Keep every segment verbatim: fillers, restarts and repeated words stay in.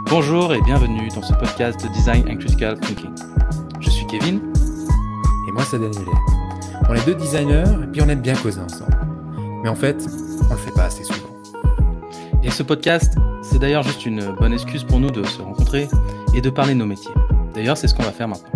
Bonjour et bienvenue dans ce podcast de Design and Critical Thinking. Je suis Kevin. Et moi c'est Daniel. On est deux designers et puis on aime bien causer ensemble. Mais en fait, on le fait pas assez souvent. Et ce podcast, c'est d'ailleurs juste une bonne excuse pour nous de se rencontrer et de parler de nos métiers. D'ailleurs, c'est ce qu'on va faire maintenant.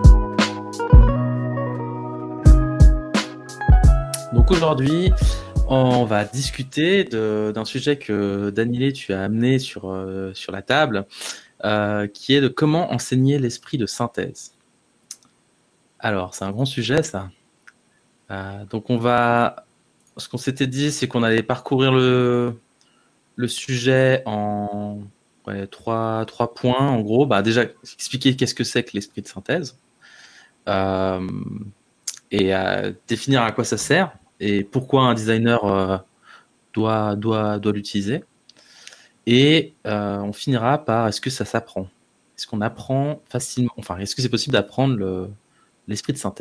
Donc aujourd'hui, on va discuter de, d'un sujet que Daniel, tu as amené sur, euh, sur la table, euh, qui est de comment enseigner l'esprit de synthèse. Alors, c'est un grand sujet, ça. Euh, donc, on va... Ce qu'on s'était dit, c'est qu'on allait parcourir le, le sujet en ouais, trois, trois points, en gros. Bah, déjà, expliquer qu'est-ce que c'est que l'esprit de synthèse euh, et euh, définir à quoi ça sert. Et pourquoi un designer euh, doit, doit, doit l'utiliser. Et euh, on finira par est-ce que ça s'apprend ? Est-ce qu'on apprend facilement ? Enfin, est-ce que c'est possible d'apprendre le, l'esprit de synthèse ?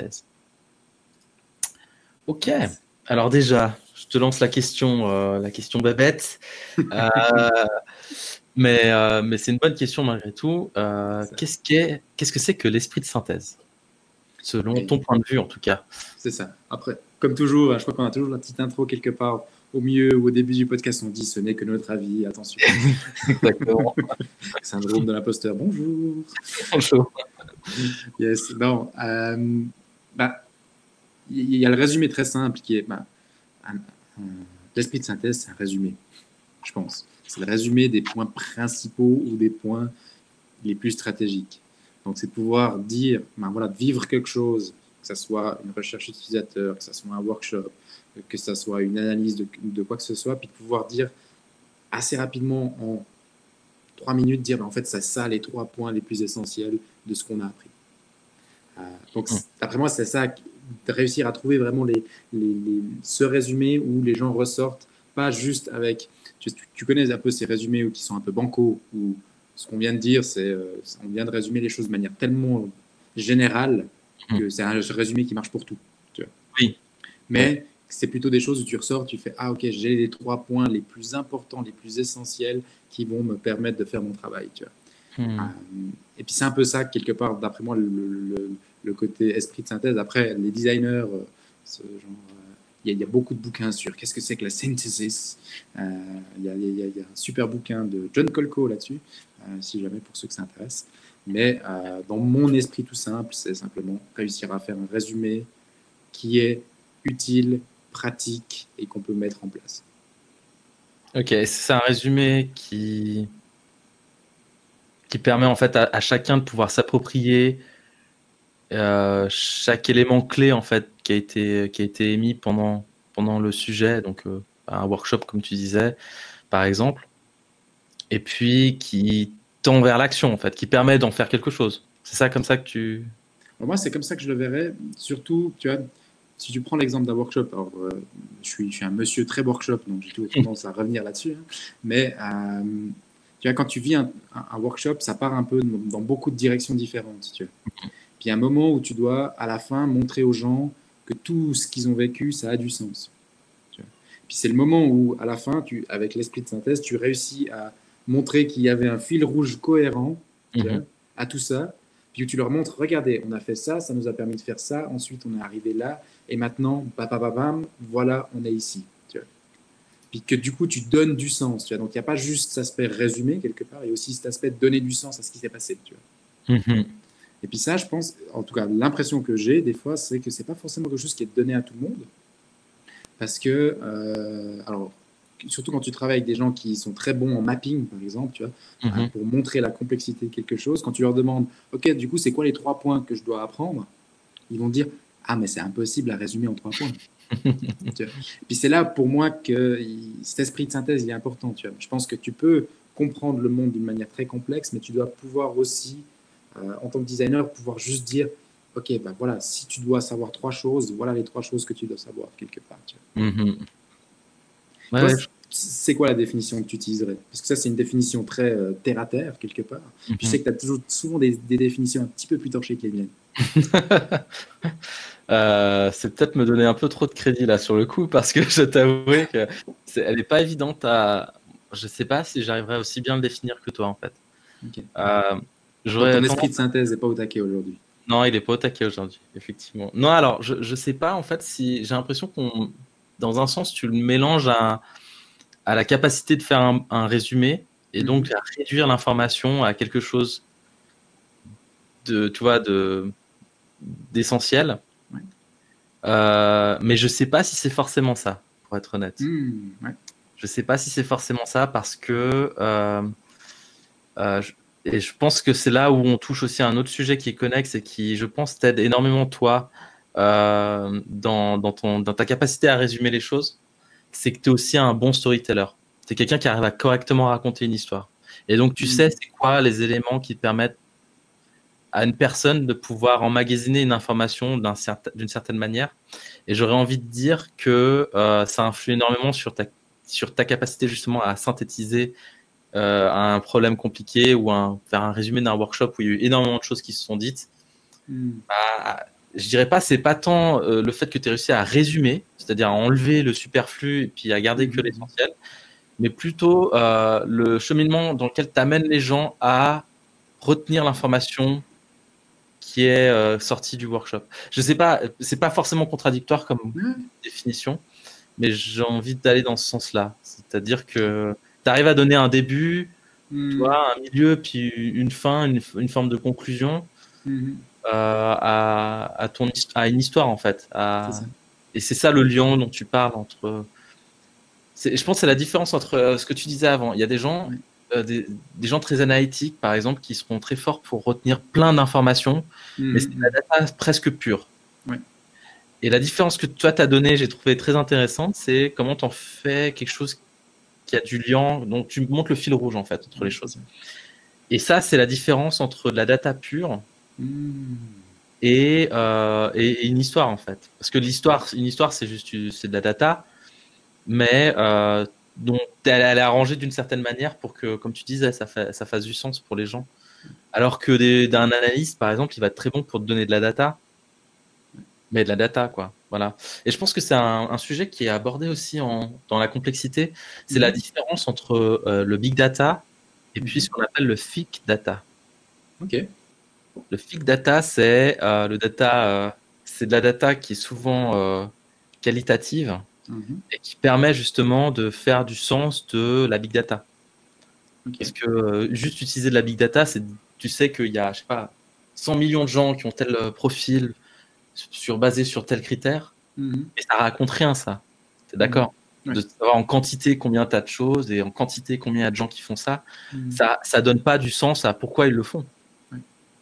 Ok. Alors déjà, je te lance la question, euh, la question bébête. Euh, mais, euh, mais c'est une bonne question malgré tout. Euh, qu'est-ce, qu'est, qu'est-ce que c'est que l'esprit de synthèse ? Selon Et ton point de vue, en tout cas. C'est ça. Après, comme toujours, je crois qu'on a toujours la petite intro quelque part au milieu ou au début du podcast. On dit ce n'est que notre avis. Attention. Exactement. Syndrome de l'imposteur. Bonjour. Bonjour. Yes. Non. Euh, bah, il y a le résumé très simple qui est bah, un, un, l'esprit de synthèse, c'est un résumé. Je pense. C'est le résumé des points principaux ou des points les plus stratégiques. Donc, c'est de pouvoir dire, ben voilà, de vivre quelque chose, que ce soit une recherche utilisateur, que ce soit un workshop, que ce soit une analyse de, de quoi que ce soit, puis de pouvoir dire assez rapidement, en trois minutes, dire, ben en fait, c'est ça les trois points les plus essentiels de ce qu'on a appris. Euh, donc, mmh. D'après moi, c'est ça, de réussir à trouver vraiment les, les, les, ce résumé où les gens ressortent, pas juste avec, tu, tu connais un peu ces résumés qui sont un peu bancaux, où ce qu'on vient de dire, c'est euh, on vient de résumer les choses de manière tellement générale que c'est un résumé qui marche pour tout. Tu vois. Oui. Mais ouais. C'est plutôt des choses où tu ressors, tu fais ah ok, j'ai les trois points les plus importants, les plus essentiels qui vont me permettre de faire mon travail. Tu vois. Hmm. Euh, et puis c'est un peu ça quelque part, d'après moi, le, le, le côté esprit de synthèse. Après, les designers, euh, ce genre Il y, a, il y a beaucoup de bouquins sur qu'est-ce que c'est que la synthesis. Euh, il, y a, il, y a, il y a un super bouquin de John Kolko là-dessus, euh, si jamais pour ceux que ça intéresse. Mais euh, dans mon esprit tout simple, c'est simplement réussir à faire un résumé qui est utile, pratique et qu'on peut mettre en place. Ok, c'est un résumé qui, qui permet en fait à, à chacun de pouvoir s'approprier Euh, chaque élément clé en fait qui a été qui a été émis pendant pendant le sujet, donc euh, un workshop comme tu disais par exemple, et puis qui tend vers l'action en fait, qui permet d'en faire quelque chose. C'est ça comme ça que tu. Alors moi c'est comme ça que je le verrais. Surtout tu vois, si tu prends l'exemple d'un workshop, alors euh, je suis je suis un monsieur très workshop donc j'ai toujours tendance à revenir là-dessus, hein, mais euh, tu vois quand tu vis un, un, un workshop ça part un peu dans beaucoup de directions différentes, tu vois. Puis il y a un moment où tu dois, à la fin, montrer aux gens que tout ce qu'ils ont vécu, ça a du sens. Tu vois. Puis c'est le moment où, à la fin, tu, avec l'esprit de synthèse, tu réussis à montrer qu'il y avait un fil rouge cohérent tu vois, mm-hmm. à tout ça. Puis où tu leur montres, regardez, on a fait ça, ça nous a permis de faire ça, ensuite on est arrivé là, et maintenant, bam, bam, bam, voilà, on est ici. Tu vois. Puis que du coup, tu donnes du sens. Tu vois. Donc il n'y a pas juste cet aspect résumé, quelque part, il y a aussi cet aspect de donner du sens à ce qui s'est passé. Tu vois. Mm-hmm. Et puis ça, je pense, en tout cas, l'impression que j'ai des fois, c'est que c'est pas forcément quelque chose qui est donné à tout le monde. Parce que, euh, alors, surtout quand tu travailles avec des gens qui sont très bons en mapping, par exemple, tu vois, mm-hmm. pour montrer la complexité de quelque chose, quand tu leur demandes, OK, du coup, c'est quoi les trois points que je dois apprendre ? Ils vont dire, ah, mais c'est impossible à résumer en trois points. Tu vois. Puis c'est là, pour moi, que cet esprit de synthèse, il est important. Tu vois. Je pense que tu peux comprendre le monde d'une manière très complexe, mais tu dois pouvoir aussi Euh, en tant que designer, pouvoir juste dire ok, ben voilà, si tu dois savoir trois choses, voilà les trois choses que tu dois savoir quelque part. Tu vois. Mm-hmm. Ouais, Toi, ouais. C'est quoi la définition que tu utiliserais ? Parce que ça, c'est une définition très euh, terre à terre, quelque part. Mm-hmm. Je sais que tu as toujours souvent des, des définitions un petit peu plus torchées que les miennes. euh, c'est peut-être me donner un peu trop de crédit là sur le coup, parce que je t'avoue qu'elle n'est pas évidente à. Je ne sais pas si j'arriverai aussi bien à le définir que toi en fait. Ok. Euh, Donc, j'aurais ton tendance- esprit de synthèse n'est pas au taquet aujourd'hui. Non, il est pas au taquet aujourd'hui, effectivement. Non, alors, je, je sais pas, en fait, si j'ai l'impression qu'on, dans un sens, tu le mélanges à, à la capacité de faire un, un résumé et donc Mhm. à réduire l'information à quelque chose de, tu vois, de, d'essentiel. Ouais. Euh, mais je sais pas si c'est forcément ça, pour être honnête. Hmm, ouais. Je sais pas si c'est forcément ça parce que euh, euh, je- et je pense que c'est là où on touche aussi à un autre sujet qui est connexe et qui, je pense, t'aide énormément toi euh, dans, dans ton dans ta capacité à résumer les choses. C'est que tu es aussi un bon storyteller. Tu es quelqu'un qui arrive à correctement raconter une histoire. Et donc tu Hmm. sais c'est quoi les éléments qui te permettent à une personne de pouvoir emmagasiner une information d'un certain- d'une certaine manière. Et j'aurais envie de dire que euh, ça influe énormément sur ta, sur ta capacité justement à synthétiser euh, un problème compliqué ou un, faire un résumé d'un workshop où il y a eu énormément de choses qui se sont dites. Hmm. Bah, je dirais pas, c'est pas tant euh, le fait que tu aies réussi à résumer, c'est-à-dire à enlever le superflu et puis à garder que Mhm. l'essentiel, mais plutôt euh, le cheminement dans lequel tu amènes les gens à retenir l'information qui est euh, sortie du workshop. Je sais pas, c'est pas forcément contradictoire comme Ouais. définition, mais j'ai envie d'aller dans ce sens-là. C'est-à-dire que tu arrives à donner un début, tu Hmm. vois, un milieu, puis une fin, une, une forme de conclusion Mhm. euh, à, à, ton, his- à une histoire, en fait. C'est À... ça. Et c'est ça le lien dont tu parles entre. C'est- Je pense que c'est la différence entre euh, ce que tu disais avant. Il y a des gens, Ouais. euh, des, des gens très analytiques, par exemple, qui seront très forts pour retenir plein d'informations, mais c'est de la Mhm. data presque pure. Ouais. Et la différence que toi t'as donnée, j'ai trouvé très intéressante, c'est comment t'en fais quelque chose qui a du lien, donc tu montes le fil rouge en fait entre les Ouais, choses. c'est ça. Et ça, c'est la différence entre de la data pure Hmm. et, euh, et, et une histoire en fait. Parce que l'histoire, une histoire, c'est juste du- c'est de la data, mais euh, dont elle, elle est arrangée d'une certaine manière pour que, comme tu disais, ça, fait, ça fasse du sens pour les gens. Alors que des- d'un analyste, par exemple, il va être très bon pour te donner de la data, mais de la data, quoi. Voilà. Et je pense que c'est un, un sujet qui est abordé aussi en, dans la complexité. C'est la Mhm. différence entre euh, le big data et puis Mhm. ce qu'on appelle le thick data. Ok. Le thick data, c'est euh, le data, euh, c'est de la data qui est souvent euh, qualitative Mhm. et qui permet justement de faire du sens de la big data. Parce Ok. que euh, juste utiliser de la big data, c'est, tu sais qu'il y a, je sais pas, cent millions de gens qui ont tel euh, profil sur, basé sur tel critère, Mhm. et ça raconte rien, ça. T'es Mhm. d'accord? Ouais. De savoir en quantité combien tu as de choses et en quantité combien il y a de gens qui font ça, Mhm. ça, ça donne pas du sens à pourquoi ils le font. Ouais.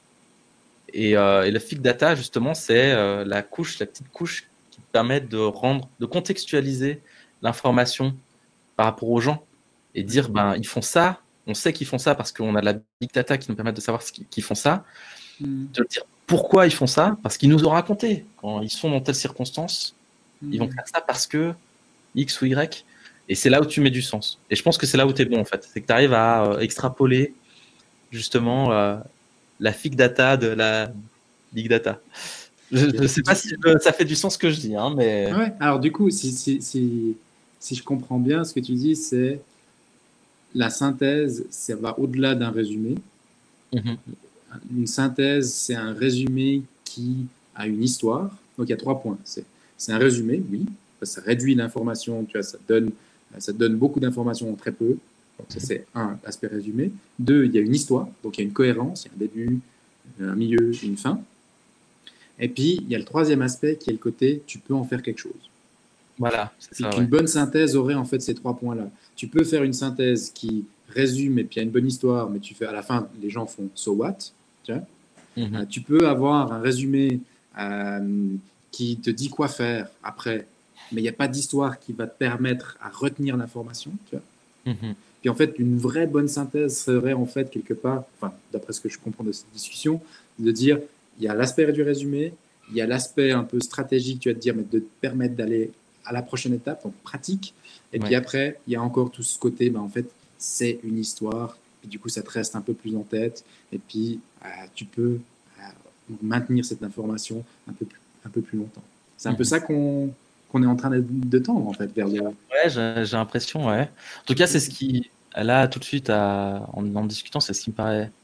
Et, euh, et le thick data, justement, c'est euh, la couche, la petite couche qui te permet de rendre, de contextualiser l'information par rapport aux gens et dire, ben, ils font ça, on sait qu'ils font ça parce qu'on a de la big data qui nous permet de savoir ce qu'ils qu'ils font ça, Mhm. de dire pourquoi ils font ça, parce qu'ils nous ont raconté, quand ils sont dans telle circonstance, ils vont Mhm. faire ça parce que X ou Y, et c'est là où tu mets du sens. Et je pense que c'est là où tu es bon, en fait, c'est que tu arrives à euh, extrapoler justement euh, la thick data de la big data. Je ne sais pas si je- ça fait du sens ce que je dis, hein, mais... Ouais. Alors du coup, si, si, si, si je comprends bien, ce que tu dis, c'est la synthèse, ça va au-delà d'un résumé. Mhm. Une synthèse, c'est un résumé qui a une histoire. Donc il y a trois points. C'est, c'est un résumé, oui, parce que ça réduit l'information, tu vois, ça donne, ça donne beaucoup d'informations en très peu. Donc ça c'est un aspect résumé. Deux, il y a une histoire, donc il y a une cohérence, il y a un début, un milieu, une fin. Et puis il y a le troisième aspect qui est le côté, tu peux en faire quelque chose. Voilà, c'est Puis ça, qu'une ouais. bonne synthèse aurait en fait ces trois points-là. Tu peux faire une synthèse qui résume et puis il y a une bonne histoire, mais tu fais à la fin, les gens font so what, tu vois. Mhm. Euh, tu peux avoir un résumé euh, qui te dit quoi faire après, mais il n'y a pas d'histoire qui va te permettre à retenir l'information, tu vois. Mhm. Puis en fait, une vraie bonne synthèse serait en fait quelque part, enfin, d'après ce que je comprends de cette discussion, de dire il y a l'aspect du résumé, il y a l'aspect un peu stratégique, tu vas te dire, mais de te permettre d'aller à la prochaine étape, donc pratique. Et puis Ouais. après, il y a encore tout ce côté, ben, en fait, c'est une histoire, et du coup, ça te reste un peu plus en tête, et puis euh, tu peux euh, maintenir cette information un peu plus, un peu plus longtemps. C'est un peu Mhm. ça qu'on qu'on est en train de, de tendre, en fait, vers le... Ouais, j'ai j'ai l'impression, ouais. En tout cas, c'est ce qui, là, tout de suite, à- en, en discutant, c'est ce qui me paraît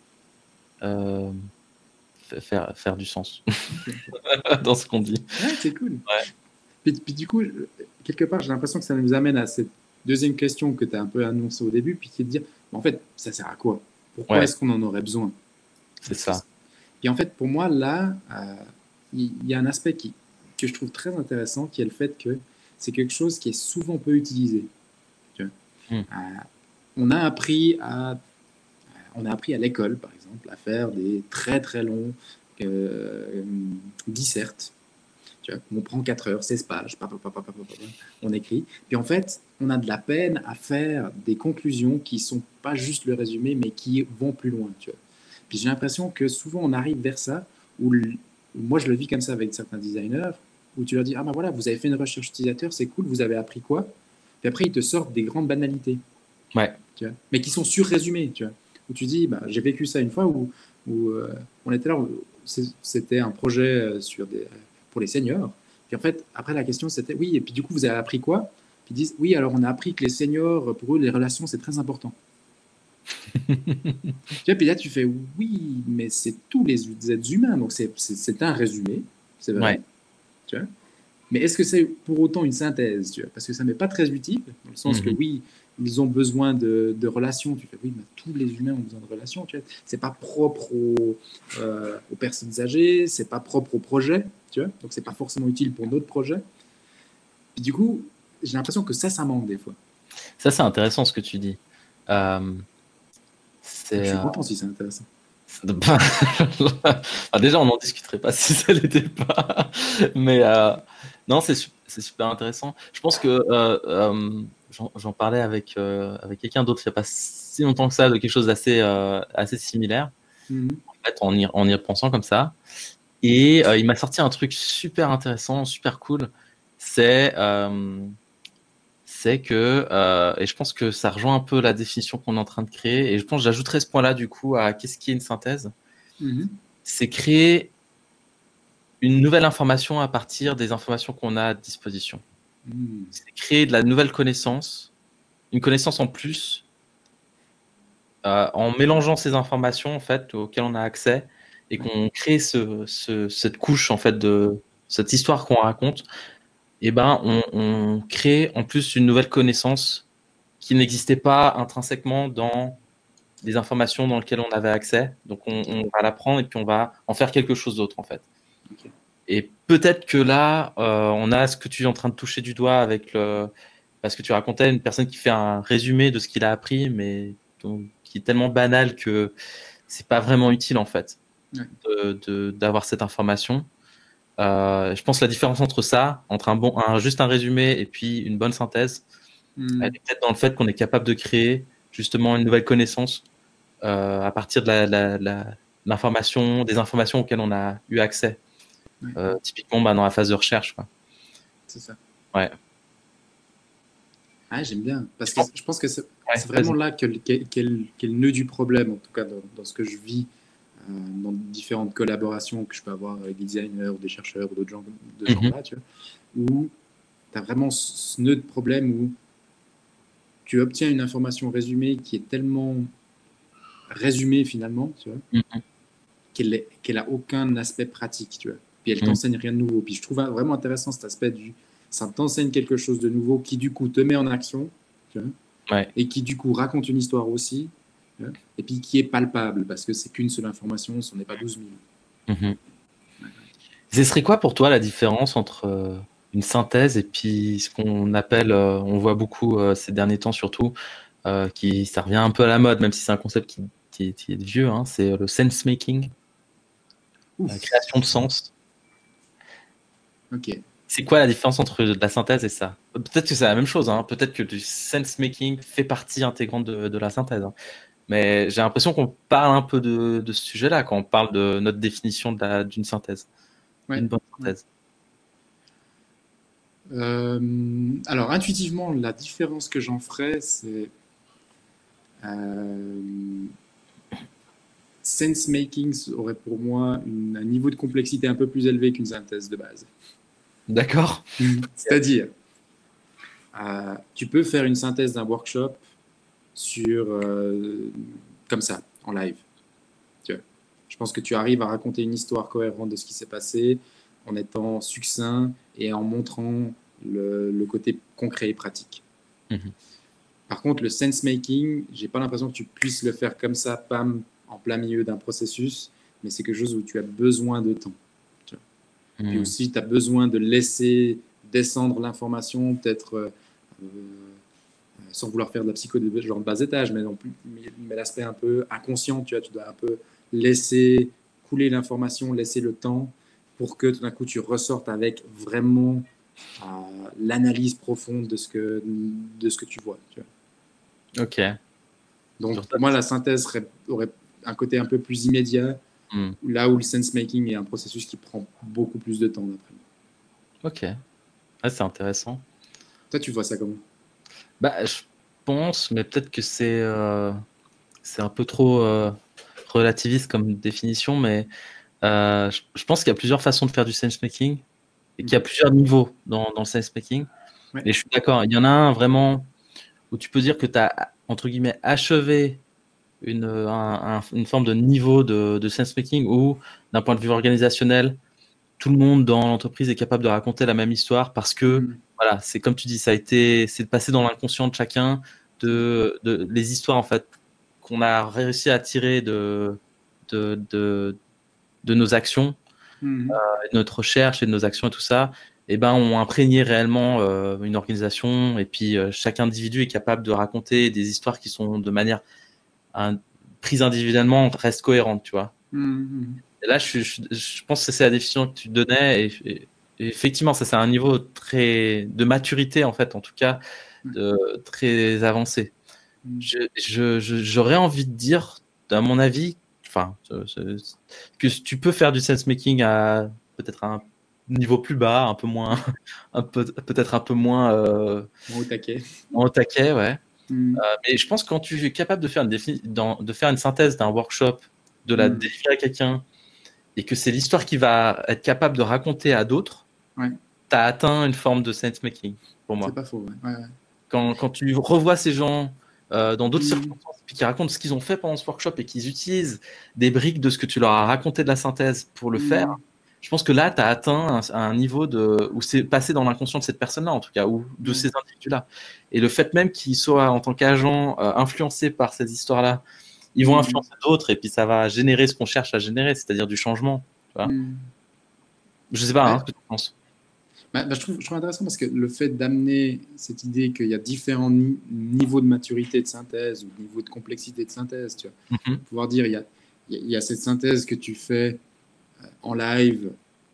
euh, faire, faire du sens dans ce qu'on dit. Ouais, c'est cool. Ouais. Puis, puis du coup, quelque part, j'ai l'impression que ça nous amène à cette deuxième question que tu as un peu annoncée au début, puis qui est de dire, en fait, ça sert à quoi? Pourquoi Ouais. est-ce qu'on en aurait besoin? C'est ça. Et en fait, pour moi, là, euh, il y a un aspect qui, que je trouve très intéressant, qui est le fait que c'est quelque chose qui est souvent peu utilisé. Tu vois. Mm. Euh, on a appris à, on a appris à l'école, par exemple, à faire des très très longs euh, dissertes. Tu vois, on prend quatre heures, seize pages, pa, pa, pa, pa, pa, pa, pa, on écrit. Puis en fait, on a de la peine à faire des conclusions qui sont pas juste le résumé, mais qui vont plus loin. Tu vois. Puis j'ai l'impression que souvent on arrive vers ça, où, le, où moi je le vis comme ça avec certains designers, où tu leur dis, ah ben voilà, vous avez fait une recherche utilisateur, c'est cool, vous avez appris quoi? Puis après, ils te sortent des grandes banalités. Ouais. Tu vois, mais qui sont sur-résumées, tu vois. Où tu dis, bah, j'ai vécu ça une fois où, où euh, on était là, où c'était un projet sur des, pour les seniors. Puis en fait, après la question c'était, oui, et puis du coup, vous avez appris quoi? Puis ils disent, oui, alors on a appris que les seniors, pour eux, les relations, c'est très important. Tu vois, puis là, tu fais, oui, mais c'est tous les êtres humains, donc c'est un résumé, c'est vrai. Ouais. Tu vois. Mais est-ce que c'est pour autant une synthèse, tu vois? Parce que ça n'est pas très utile, dans le sens mm-hmm. que oui, ils ont besoin de, de relations. Tu fais, oui, mais tous les humains ont besoin de relations. Tu vois? C'est pas propre aux, euh, aux personnes âgées, c'est pas propre au projet, tu vois? Donc c'est pas forcément utile pour d'autres projets. Puis du coup, j'ai l'impression que ça, ça manque des fois. Ça, c'est intéressant ce que tu dis. Euh, Je suis content euh... si c'est intéressant. ah, déjà, on n'en discuterait pas si ça l'était pas. Mais euh, non, c'est super intéressant. Je pense que euh, euh, j'en parlais avec, euh, avec quelqu'un d'autre il n'y a pas si longtemps que ça, de quelque chose d'assez euh, assez similaire, mm-hmm. en fait, en y, en y repensant comme ça. Et euh, il m'a sorti un truc super intéressant, super cool. C'est euh, c'est que, euh, et je pense que ça rejoint un peu la définition qu'on est en train de créer, et je pense que j'ajouterais ce point-là du coup à qu'est-ce qui est une synthèse. Mm-hmm. C'est créer une nouvelle information à partir des informations qu'on a à disposition. Mm. C'est créer de la nouvelle connaissance, une connaissance en plus, euh, en mélangeant ces informations en fait auxquelles on a accès, et qu'on crée ce, ce, cette couche en fait de cette histoire qu'on raconte. Eh ben, on, on crée en plus une nouvelle connaissance qui n'existait pas intrinsèquement dans les informations dans lesquelles on avait accès. Donc, on, on va l'apprendre et puis on va en faire quelque chose d'autre, en fait. Okay. Et peut-être que là, euh, on a ce que tu es en train de toucher du doigt avec le... Parce que tu racontais une personne qui fait un résumé de ce qu'il a appris, mais donc, qui est tellement banal que c'est pas vraiment utile, en fait, ouais. de, de, d'avoir cette information. Euh, je pense que la différence entre ça, entre un bon, un, juste un résumé et puis une bonne synthèse, mmh. elle est peut-être dans le fait qu'on est capable de créer justement une nouvelle connaissance euh, à partir de la, la, la, l'information, des informations auxquelles on a eu accès. Ouais. Euh, typiquement bah, dans la phase de recherche. C'est ça. Ouais. Ah, j'aime bien. Parce que je pense que c'est ouais, vraiment là qu'est qu qu qu le nœud du problème, en tout cas dans, dans ce que je vis. Dans différentes collaborations que je peux avoir avec des designers ou des chercheurs ou d'autres gens de genre là, tu vois, où tu as vraiment ce nœud de problème où tu obtiens une information résumée qui est tellement résumée finalement, tu vois, mm-hmm. qu'elle qu'elle a aucun aspect pratique, tu vois. Puis elle t'enseigne mm-hmm. rien de nouveau. Puis je trouve vraiment intéressant cet aspect du ça t'enseigne quelque chose de nouveau qui du coup te met en action, tu vois, ouais. et qui du coup raconte une histoire aussi. Et puis qui est palpable, parce que c'est qu'une seule information, ce n'est pas douze mille. Mmh. Ouais. Ce serait quoi pour toi la différence entre euh, une synthèse et puis ce qu'on appelle, euh, on voit beaucoup euh, ces derniers temps surtout, euh, qui, ça revient un peu à la mode, même si c'est un concept qui, qui, est, qui est vieux, hein, c'est le sense making, Ouf. La création de sens. Ok. C'est quoi la différence entre la synthèse et ça? Peut-être que c'est la même chose, hein. Peut-être que du sense making fait partie intégrante de, de la synthèse. Hein. Mais j'ai l'impression qu'on parle un peu de, de ce sujet-là quand on parle de notre définition d'une synthèse, ouais. D'une bonne synthèse. Euh, alors, intuitivement, la différence que j'en ferais, c'est euh, sense making aurait pour moi une, un niveau de complexité un peu plus élevé qu'une synthèse de base. D'accord. C'est-à-dire, euh, tu peux faire une synthèse d'un workshop sur euh, comme ça en live, tu vois. Je pense que tu arrives à raconter une histoire cohérente de ce qui s'est passé en étant succinct et en montrant le, le côté concret et pratique. Mhm. Par contre, le sense-making, j'ai pas l'impression que tu puisses le faire comme ça, pam, en plein milieu d'un processus, mais c'est quelque chose où tu as besoin de temps. Tu vois. Mhm. Puis aussi, tu as besoin de laisser descendre l'information, peut-être euh, euh, sans vouloir faire de la psycho de genre de bas étage, mais non plus, mais, mais l'aspect un peu inconscient, tu vois, tu dois un peu laisser couler l'information, laisser le temps pour que tout d'un coup tu ressortes avec vraiment euh, l'analyse profonde de ce que de ce que tu vois. Tu vois. Ok. Donc pour moi, la synthèse serait, aurait un côté un peu plus immédiat, mm. là où le sense-making est un processus qui prend beaucoup plus de temps d'après moi. Ok. Ah, c'est intéressant. Toi, tu vois ça comment? Bah, je pense, mais peut-être que c'est euh, c'est un peu trop euh, relativiste comme définition, mais euh, je, je pense qu'il y a plusieurs façons de faire du sense-making et qu'il y a plusieurs niveaux dans, dans le sense-making. Ouais. Et je suis d'accord, il y en a un vraiment où tu peux dire que tu as, entre guillemets, achevé une, un, un, une forme de niveau de, de sense-making où, d'un point de vue organisationnel, tout le monde dans l'entreprise est capable de raconter la même histoire parce que, Mm. voilà, c'est comme tu dis, ça a été, c'est passé dans l'inconscient de chacun, de, de les histoires en fait qu'on a réussi à tirer de de, de, de nos actions, Mm. euh, de notre recherche et de nos actions et tout ça, et ben ont imprégné réellement euh, une organisation, et puis euh, chaque individu est capable de raconter des histoires qui sont de manière un, prises individuellement restent cohérentes, tu vois. Mm. Et là, je, je, je pense que c'est la définition que tu donnais, et, et, et effectivement, ça c'est un niveau très de maturité en fait, en tout cas, de, très avancé. Mm. Je, je, je, j'aurais envie de dire, à mon avis, enfin, que tu peux faire du sense-making à peut-être un niveau plus bas, un peu moins, un peu, peut-être un peu moins euh, au taquet. au taquet, ouais. Mm. Euh, mais je pense que quand tu es capable de faire une, défi- dans, de faire une synthèse d'un workshop, de la Mm. délivrer à quelqu'un, et que c'est l'histoire qui va être capable de raconter à d'autres, ouais. tu as atteint une forme de sense-making, pour moi. C'est pas faux, ouais. Ouais, ouais. Quand, quand tu revois ces gens euh, dans d'autres Mm. circonstances, puis qui racontent ce qu'ils ont fait pendant ce workshop et qu'ils utilisent des briques de ce que tu leur as raconté de la synthèse pour le Mm. faire, je pense que là, tu as atteint un, un niveau de, où c'est passé dans l'inconscient de cette personne-là, en tout cas, ou de Mm. ces individus-là. Et le fait même qu'ils soient, en tant qu'agents, euh, influencés par ces histoires-là, ils vont Mm. influencer d'autres, et puis ça va générer ce qu'on cherche à générer, c'est-à-dire du changement. Tu vois. Mm. Je sais pas, ouais. hein, ce que tu penses. Bah, bah, je, trouve, je trouve intéressant parce que le fait d'amener cette idée qu'il y a différents ni- niveaux de maturité de synthèse ou niveaux de complexité de synthèse, tu vois, Mm-hmm. pouvoir dire il y a, il y a cette synthèse que tu fais euh, en live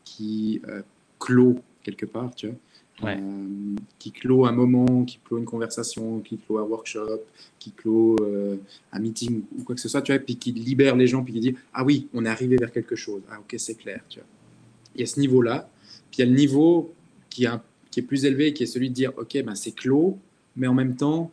qui euh, clôt quelque part, tu vois, Ouais. euh, qui clôt un moment, qui clôt une conversation, qui clôt un workshop, qui clôt euh, un meeting ou quoi que ce soit, tu vois, puis qui libère les gens, puis qui dit ah oui, on est arrivé vers quelque chose, ah ok, c'est clair, tu vois. Il y a ce niveau-là, puis il y a le niveau qui est, un, qui est plus élevé, qui est celui de dire ok, ben c'est clos, mais en même temps,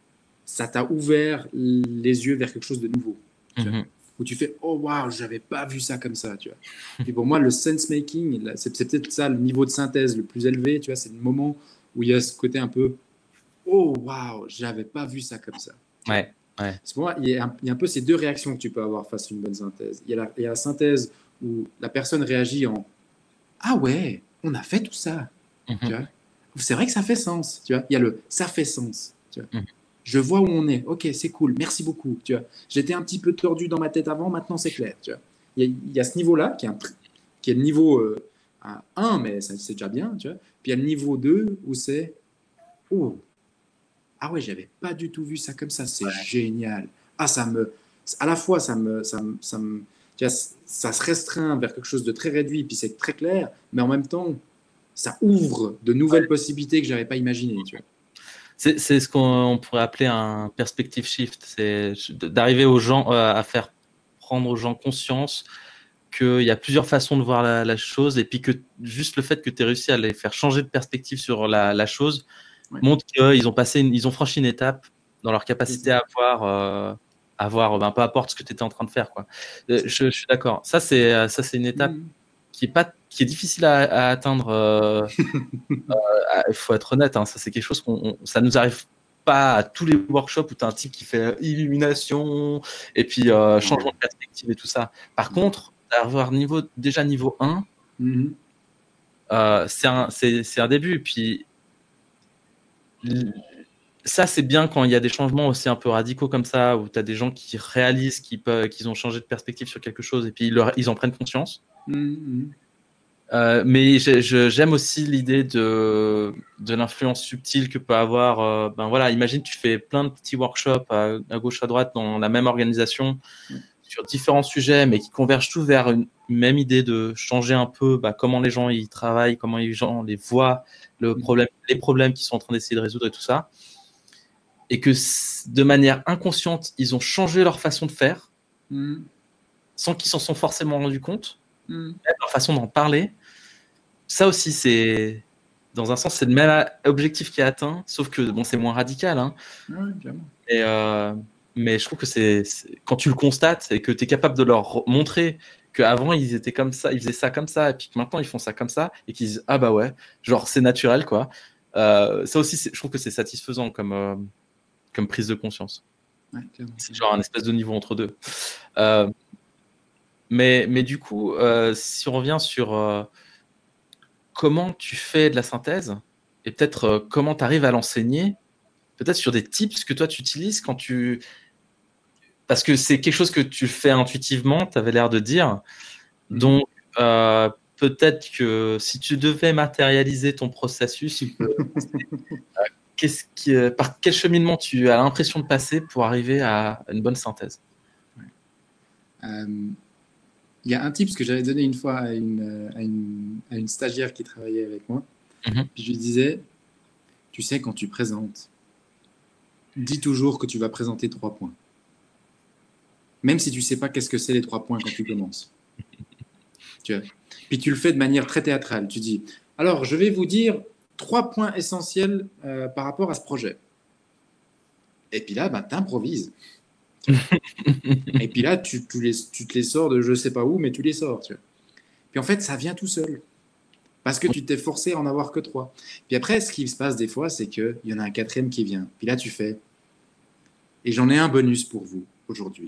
ça t'a ouvert les yeux vers quelque chose de nouveau. Tu Mm-hmm. vois, où tu fais oh waouh, j'avais pas vu ça comme ça, tu vois. Et pour moi, le sense making, c'est, c'est peut-être ça le niveau de synthèse le plus élevé, tu vois, c'est le moment où il y a ce côté un peu oh waouh, j'avais pas vu ça comme ça. Ouais. Ouais. Pour moi, il y, a un, il y a un peu ces deux réactions que tu peux avoir face à une bonne synthèse. Il y a la, il y a la synthèse où la personne réagit en ah ouais, on a fait tout ça. Mm-hmm. Tu vois, c'est vrai que ça fait sens. Tu vois, il y a le ça fait sens. Tu vois. Mm-hmm. Je vois où on est. Ok, c'est cool. Merci beaucoup. Tu vois, j'étais un petit peu tordu dans ma tête avant. Maintenant, c'est clair. Tu vois, il y a, il y a ce niveau-là qui est, un, qui est le niveau euh, un, mais ça, c'est déjà bien. Tu vois. Puis il y a le niveau deux où c'est oh ah ouais, j'avais pas du tout vu ça comme ça. C'est ouais. génial. Ah ça me à la fois ça me ça me, ça me tu vois, ça se restreint vers quelque chose de très réduit, puis c'est très clair, mais en même temps, ça ouvre de nouvelles ouais. possibilités que je n'avais pas imaginées. Tu vois. C'est, c'est ce qu'on pourrait appeler un perspective shift, c'est d'arriver aux gens, à faire prendre aux gens conscience qu'il y a plusieurs façons de voir la, la chose, et puis que juste le fait que tu aies réussi à les faire changer de perspective sur la, la chose ouais. montre qu'ils ont, passé une, ils ont franchi une étape dans leur capacité à voir... Euh, avoir, ben, peu importe ce que tu étais en train de faire, quoi. Euh, je, je suis d'accord. Ça, c'est, ça, c'est une étape mmh. qui est pas, qui est difficile à, à atteindre. Il euh, euh, faut être honnête. Hein, ça, c'est quelque chose qu'on, on, ça nous arrive pas à tous les workshops où tu as un type qui fait illumination et puis euh, changement de perspective et tout ça. Par contre, avoir niveau, déjà niveau un, Mhm. euh, c'est un, c'est, c'est un début. Puis l- ça, c'est bien quand il y a des changements aussi un peu radicaux comme ça, où tu as des gens qui réalisent qu'ils peuvent, qu'ils ont changé de perspective sur quelque chose et puis ils, leur- ils en prennent conscience. Mhm. Euh, mais j'ai- je- j'aime aussi l'idée de, de l'influence subtile que peut avoir. Euh, ben voilà, imagine tu fais plein de petits workshops à, à gauche à droite dans la même organisation Ouais. sur différents sujets, mais qui convergent tous vers une, une même idée de changer un peu bah, comment les gens y travaillent, comment les gens les voient, le problème, les problèmes qu'ils sont en train d'essayer de résoudre et tout ça, et que s- de manière inconsciente ils ont changé leur façon de faire Mhm. sans qu'ils s'en sont forcément rendus compte, Mhm. même leur façon d'en parler. Ça aussi, c'est dans un sens, c'est le même objectif qui est atteint, sauf que bon, c'est moins radical. Hein, Ouais, clairement. et, euh, mais je trouve que c'est, c'est quand tu le constates et que tu es capable de leur montrer qu'avant ils étaient comme ça, ils faisaient ça comme ça, et puis que maintenant ils font ça comme ça, et qu'ils disent ah bah ouais, genre c'est naturel quoi. Euh, ça aussi, c'est- je trouve que c'est satisfaisant comme, euh, comme prise de conscience. Ouais, clairement. C'est genre un espèce de niveau entre deux. Euh, mais, mais du coup, euh, si on revient sur euh, comment tu fais de la synthèse et peut-être euh, comment tu arrives à l'enseigner, peut-être sur des tips que toi tu utilises quand tu... Parce que c'est quelque chose que tu fais intuitivement, tu avais l'air de dire. Mhm. Donc, euh, peut-être que si tu devais matérialiser ton processus, euh, qu'est-ce qui, euh, par quel cheminement tu as l'impression de passer pour arriver à une bonne synthèse? Euh, Il y a un tip que j'avais donné une fois à une, euh, à une, à une stagiaire qui travaillait avec moi. Mhm. Puis je lui disais, tu sais, quand tu présentes, dis toujours que tu vas présenter trois points. Même si tu sais pas qu'est-ce que c'est les trois points quand tu commences. Tu vois. Puis tu le fais de manière très théâtrale. Tu dis, alors je vais vous dire trois points essentiels euh, par rapport à ce projet. Et puis là, ben, tu improvises. Et puis là, tu, tu, les, tu te les sors de je sais pas où, mais tu les sors. Tu vois. Puis en fait, ça vient tout seul. Parce que tu t'es forcé à en avoir que trois. Puis après, ce qui se passe des fois, c'est qu'il y en a un quatrième qui vient. Puis là, tu fais. Et j'en ai un bonus pour vous aujourd'hui.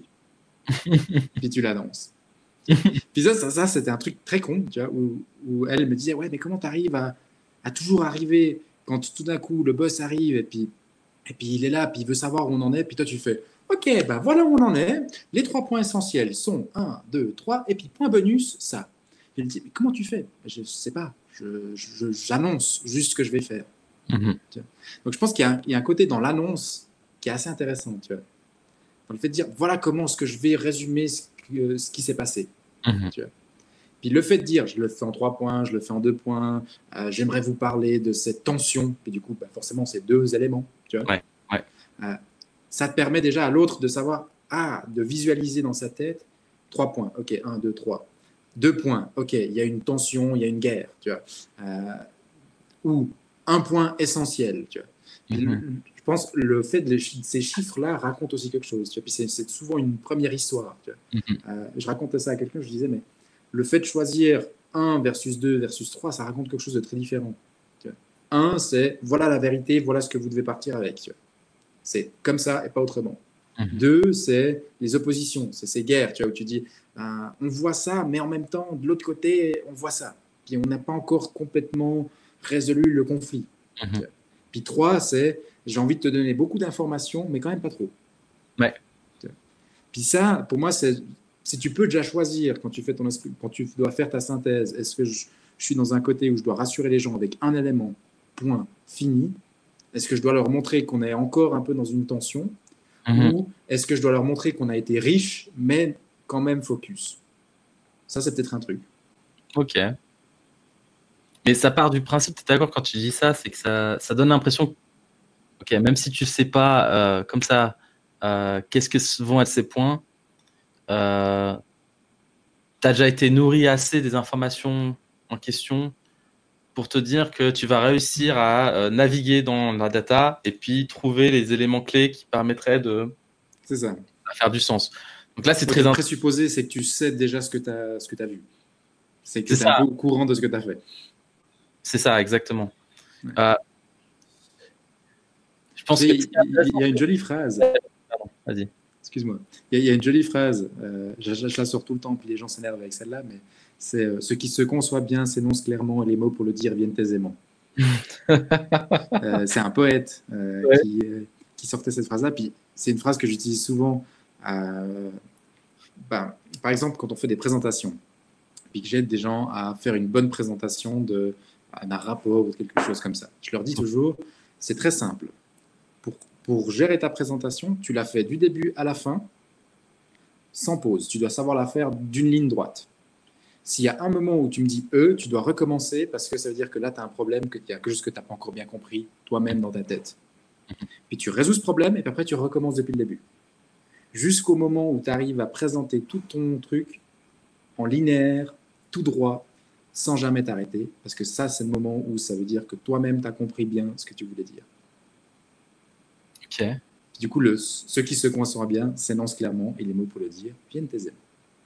Puis tu l'annonces. Puis ça, ça, ça c'était un truc très con, tu vois, où, où elle me disait, ouais, mais comment tu arrives à, à toujours arriver quand tout d'un coup le boss arrive et puis, et puis il est là, puis il veut savoir où on en est, puis toi tu fais, ok, ben voilà où on en est. Les trois points essentiels sont un, deux, trois, et puis point bonus, ça. Je lui dis, mais comment tu fais? Je ne sais pas, je, je, j'annonce juste ce que je vais faire. Mhm. Donc je pense qu'il y a un, il y a un côté dans l'annonce qui est assez intéressant, tu vois. Dans le fait de dire, voilà comment est-ce que je vais résumer ce, que, ce qui s'est passé. Mhm. Tu vois. Puis le fait de dire, je le fais en trois points, je le fais en deux points, euh, j'aimerais vous parler de cette tension, et du coup, bah, forcément, c'est deux éléments, tu vois. Ouais, ouais. Euh, ça te permet déjà à l'autre de savoir, ah, de visualiser dans sa tête, trois points, ok, un, deux, trois. Deux points, ok, il y a une tension, il y a une guerre, tu vois. Euh, ou un point essentiel, tu vois. Puis Mhm. le- je pense que le fait de les- ces chiffres-là raconte aussi quelque chose, tu vois. Puis c'est, c'est souvent une première histoire, tu vois. Mhm. Euh, je racontais ça à quelqu'un, je disais, mais le fait de choisir un versus deux versus trois, ça raconte quelque chose de très différent. Tu vois. un, c'est voilà la vérité, voilà ce que vous devez partir avec. Tu vois. C'est comme ça et pas autrement. Mhm. deux, c'est les oppositions, c'est ces guerres, tu vois, où tu dis, ben, on voit ça, mais en même temps, de l'autre côté, on voit ça. Puis on n'a pas encore complètement résolu le conflit. Mhm. Tu vois. Puis trois, c'est j'ai envie de te donner beaucoup d'informations, mais quand même pas trop. Ouais. Tu vois. Puis ça, pour moi, c'est si tu peux déjà choisir quand tu fais ton quand tu dois faire ta synthèse, est-ce que je, je suis dans un côté où je dois rassurer les gens avec un élément, point, fini. Est-ce que je dois leur montrer qu'on est encore un peu dans une tension, Mhm. ou est-ce que je dois leur montrer qu'on a été riche, mais quand même focus. Ça, c'est peut-être un truc. Ok. Mais ça part du principe, tu es d'accord quand tu dis ça, c'est que ça, ça donne l'impression que, ok, même si tu sais pas euh, comme ça, euh, qu'est-ce que vont être ces points, euh, tu as déjà été nourri assez des informations en question pour te dire que tu vas réussir à euh, naviguer dans la data et puis trouver les éléments clés qui permettraient de C'est ça. à faire du sens. Donc là, c'est Donc, très le int- présupposé, c'est que tu sais déjà ce que tu as, ce que tu as vu. C'est que C'est tu es un ça. peu au courant de ce que tu as fait. C'est ça, exactement. Ouais. Euh, pense Tu que sais, ce qui est il, il- il intéressant, y a une jolie phrase, pardon, vas-y. excuse-moi, il y a, il y a une jolie phrase, euh, je, je- je la sors tout le temps, puis les gens s'énervent avec celle-là, mais c'est euh, ce qui se conçoit bien s'énonce clairement et les mots pour le dire viennent aisément. Euh, c'est un poète euh, Ouais. qui, euh, qui sortait cette phrase-là, puis c'est une phrase que j'utilise souvent, euh, ben, par exemple, quand on fait des présentations, puis que j'aide des gens à faire une bonne présentation de, d'un rapport ou de quelque chose comme ça. Je leur dis toujours, c'est très simple. Pour, pour gérer ta présentation, tu la fais du début à la fin, sans pause. Tu dois savoir la faire d'une ligne droite. S'il y a un moment où tu me dis E, tu dois recommencer parce que ça veut dire que là, tu as un problème, qu'il y a quelque chose que tu n'as pas encore bien compris toi-même dans ta tête. Puis tu résous ce problème et puis après, tu recommences depuis le début. Jusqu'au moment où tu arrives à présenter tout ton truc en linéaire, tout droit, sans jamais t'arrêter. Parce que ça, c'est le moment où ça veut dire que toi-même, tu as compris bien ce que tu voulais dire. Ok. Du coup, le, ce qui se coincera bien s'énonce clairement et les mots pour le dire viennent aisément.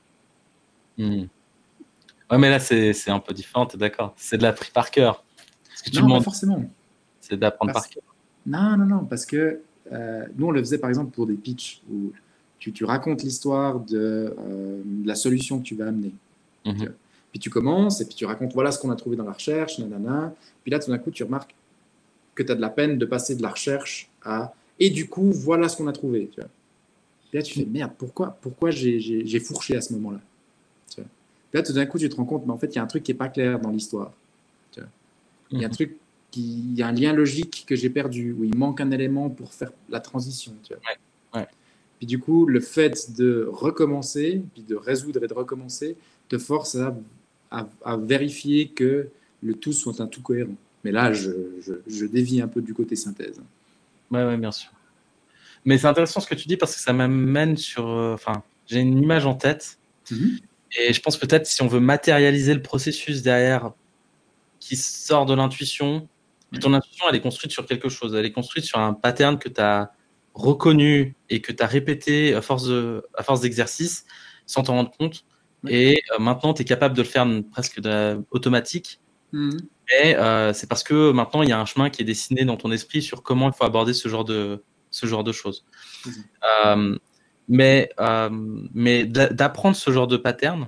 Hmm. Ouais, mais là, c'est c'est un peu différent, t'es d'accord? C'est de l'appris par cœur. Ce que tu Non, pas demandes, forcément. c'est d'apprendre Parce... par cœur. Non, non, non, parce que euh, nous, on le faisait par exemple pour des pitchs où tu, tu racontes l'histoire de, euh, de la solution que tu vas amener. Mhm. Tu vois. Puis tu commences et puis tu racontes voilà ce qu'on a trouvé dans la recherche, nanana. Puis là, tout d'un coup, tu remarques que tu as de la peine de passer de la recherche à et du coup, voilà ce qu'on a trouvé. Tu vois. Puis là, tu fais merde, pourquoi, pourquoi j'ai, j'ai, j'ai fourché à ce moment-là, tu vois. Puis là, tout d'un coup, tu te rends compte, mais en fait, il y a un truc qui n'est pas clair dans l'histoire. Tu vois. Il y a un Mhm. truc, qui, il y a un lien logique que j'ai perdu, où il manque un élément pour faire la transition. Tu vois. Ouais, ouais. Puis du coup, le fait de recommencer, puis de résoudre et de recommencer, te force à, à, à vérifier que le tout soit un tout cohérent. Mais là, je, je, je dévie un peu du côté synthèse. Ouais, ouais, bien sûr. Mais c'est intéressant ce que tu dis parce que ça m'amène sur. euh, Enfin, j'ai une image en tête Mhm. et je pense peut-être si on veut matérialiser le processus derrière qui sort de l'intuition, et Ouais. ton intuition, elle est construite sur quelque chose. Elle est construite sur un pattern que tu as reconnu et que tu as répété à force, de, à force d'exercice sans t'en rendre compte. Ouais. Et euh, maintenant, tu es capable de le faire presque de, automatique. Mhm. Mais euh, c'est parce que maintenant, il y a un chemin qui est dessiné dans ton esprit sur comment il faut aborder ce genre de, ce genre de choses. Mhm. Euh, mais euh, mais d'apprendre ce genre de pattern,